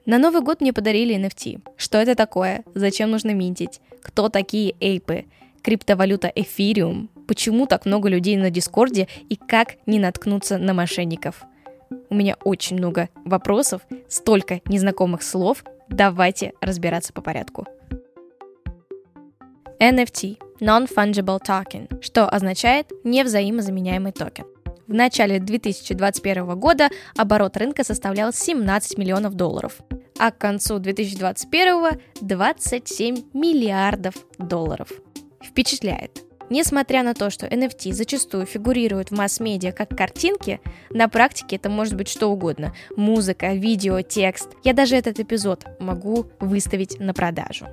На Новый год мне подарили NFT. Что это такое? Зачем нужно минтить? Кто такие эйпы? Криптовалюта Эфириум? Почему так много людей на Дискорде и как не наткнуться на мошенников? У меня очень много вопросов, столько незнакомых слов. Давайте разбираться по порядку. NFT – Non-Fungible Token, что означает невзаимозаменяемый токен. В начале 2021 года оборот рынка составлял $17 миллионов, а к концу 2021 – $27 миллиардов. Впечатляет. Несмотря на то, что NFT зачастую фигурируют в масс-медиа как картинки, на практике это может быть что угодно – музыка, видео, текст. Я даже этот эпизод могу выставить на продажу.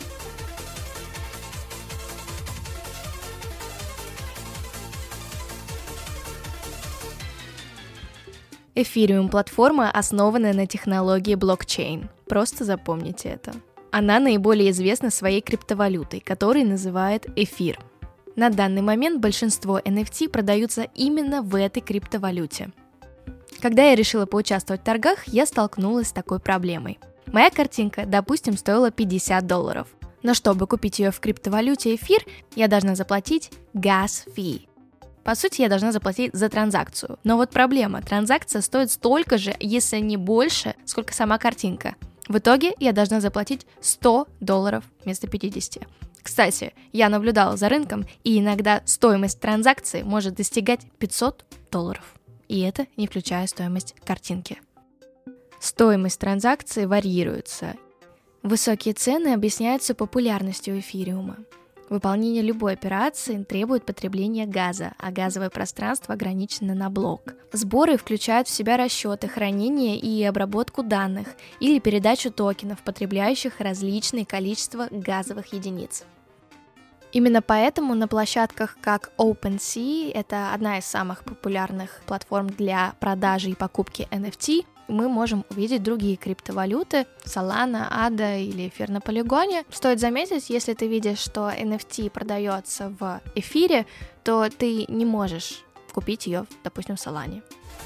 Ethereum – платформа, основанная на технологии блокчейн. Просто запомните это. Она наиболее известна своей криптовалютой, которую называют эфир. На данный момент большинство NFT продаются именно в этой криптовалюте. Когда я решила поучаствовать в торгах, я столкнулась с такой проблемой. Моя картинка, допустим, стоила $50. Но чтобы купить ее в криптовалюте эфир, я должна заплатить gas fee. По сути, я должна заплатить за транзакцию. Но вот проблема. Транзакция стоит столько же, если не больше, сколько сама картинка. В итоге я должна заплатить $100 вместо 50. Кстати, я наблюдала за рынком, и иногда стоимость транзакции может достигать $500. И это не включая стоимость картинки. Стоимость транзакции варьируется. Высокие цены объясняются популярностью эфириума. Выполнение любой операции требует потребления газа, а газовое пространство ограничено на блок. Сборы включают в себя расчеты, хранение и обработку данных или передачу токенов, потребляющих различные количества газовых единиц. Именно поэтому на площадках как OpenSea, это одна из самых популярных платформ для продажи и покупки NFT, мы можем увидеть другие криптовалюты, Solana, ADA или эфир на полигоне. Стоит заметить, если ты видишь, что NFT продается в эфире, то ты не можешь купить ее, допустим, в Solana.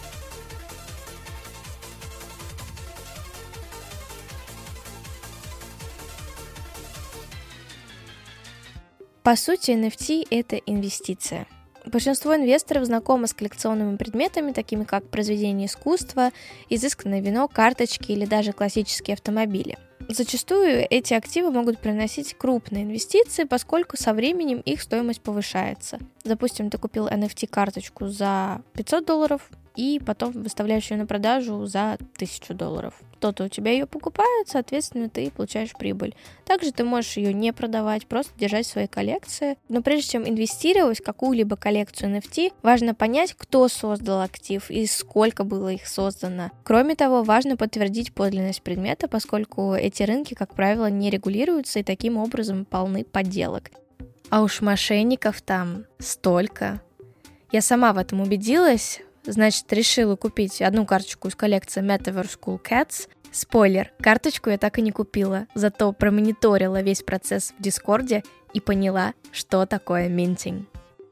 По сути, NFT – это инвестиция. Большинство инвесторов знакомы с коллекционными предметами, такими как произведения искусства, изысканное вино, карточки или даже классические автомобили. Зачастую эти активы могут приносить крупные инвестиции, поскольку со временем их стоимость повышается. Допустим, ты купил NFT-карточку за $500 и потом выставляешь ее на продажу за $1000. Кто-то у тебя ее покупает, соответственно, ты получаешь прибыль. Также ты можешь ее не продавать, просто держать в своей коллекции. Но прежде чем инвестировать в какую-либо коллекцию NFT, важно понять, кто создал актив и сколько было их создано. Кроме того, важно подтвердить подлинность предмета, поскольку эти рынки, как правило, не регулируются и таким образом полны подделок. А уж мошенников там столько. Я сама в этом убедилась. Значит, решила купить одну карточку из коллекции Metaverse Cool Cats. Спойлер, карточку я так и не купила, зато промониторила весь процесс в Дискорде и поняла, что такое минтинг.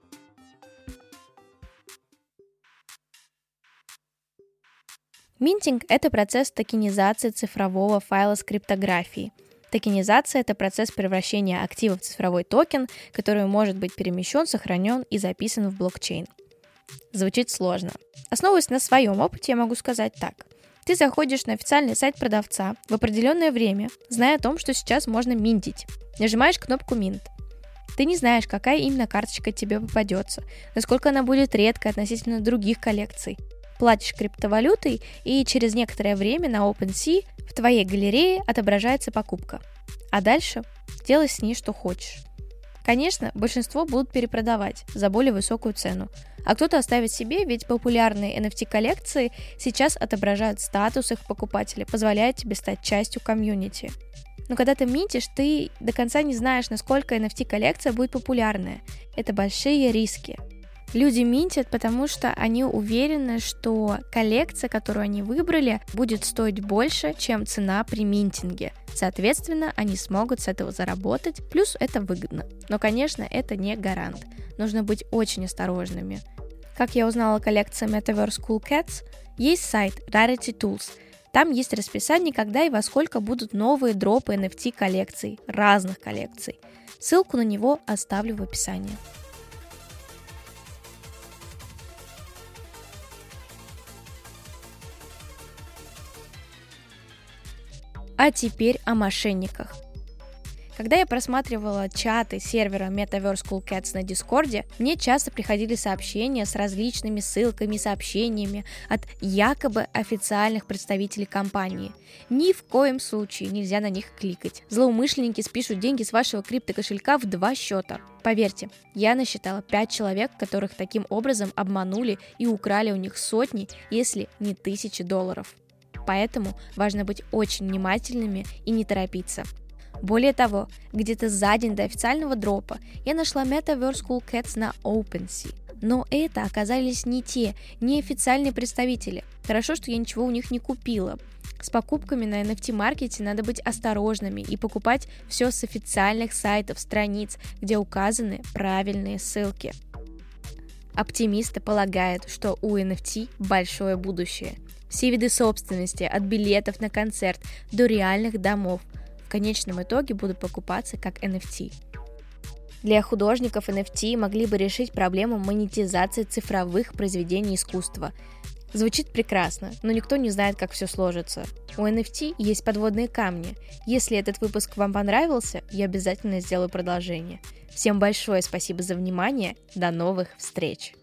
Минтинг – это процесс токенизации цифрового файла с криптографией. Токенизация – это процесс превращения актива в цифровой токен, который может быть перемещен, сохранен и записан в блокчейн. Звучит сложно. Основываясь на своем опыте, я могу сказать так. Ты заходишь на официальный сайт продавца в определенное время, зная о том, что сейчас можно минтить. Нажимаешь кнопку «Минт». Ты не знаешь, какая именно карточка тебе попадется, насколько она будет редкой относительно других коллекций. Платишь криптовалютой, и через некоторое время на OpenSea в твоей галерее отображается покупка. А дальше делай с ней что хочешь. Конечно, большинство будут перепродавать за более высокую цену, а кто-то оставит себе, ведь популярные NFT-коллекции сейчас отображают статус их покупателя, позволяя тебе стать частью комьюнити. Но когда ты минтишь, ты до конца не знаешь, насколько NFT-коллекция будет популярная. Это большие риски. Люди минтят, потому что они уверены, что коллекция, которую они выбрали, будет стоить больше, чем цена при минтинге. Соответственно, они смогут с этого заработать, плюс это выгодно. Но, конечно, это не гарант. Нужно быть очень осторожными. Как я узнала о коллекции Metaverse Cool Cats, есть сайт Rarity Tools, Там есть расписание, когда и во сколько будут новые дропы NFT коллекций, разных коллекций. Ссылку на него оставлю в описании. А теперь о мошенниках. Когда я просматривала чаты сервера Metaverse Cool Cats на Дискорде, мне часто приходили сообщения с различными ссылками и сообщениями от якобы официальных представителей компании. Ни в коем случае нельзя на них кликать. Злоумышленники спишут деньги с вашего криптокошелька в 2 счета. Поверьте, я насчитала 5 человек, которых таким образом обманули и украли у них сотни, если не тысячи долларов. Поэтому важно быть очень внимательными и не торопиться. Более того, где-то за день до официального дропа я нашла Metaverse Cool Cats на OpenSea. Но это оказались не те, не официальные представители. Хорошо, что я ничего у них не купила. С покупками на NFT-маркете надо быть осторожными и покупать все с официальных сайтов, страниц, где указаны правильные ссылки. Оптимисты полагают, что у NFT большое будущее. Все виды собственности, от билетов на концерт до реальных домов, в конечном итоге будут покупаться как NFT. Для художников NFT могли бы решить проблему монетизации цифровых произведений искусства. Звучит прекрасно, но никто не знает, как все сложится. У NFT есть подводные камни. Если этот выпуск вам понравился, я обязательно сделаю продолжение. Всем большое спасибо за внимание. До новых встреч!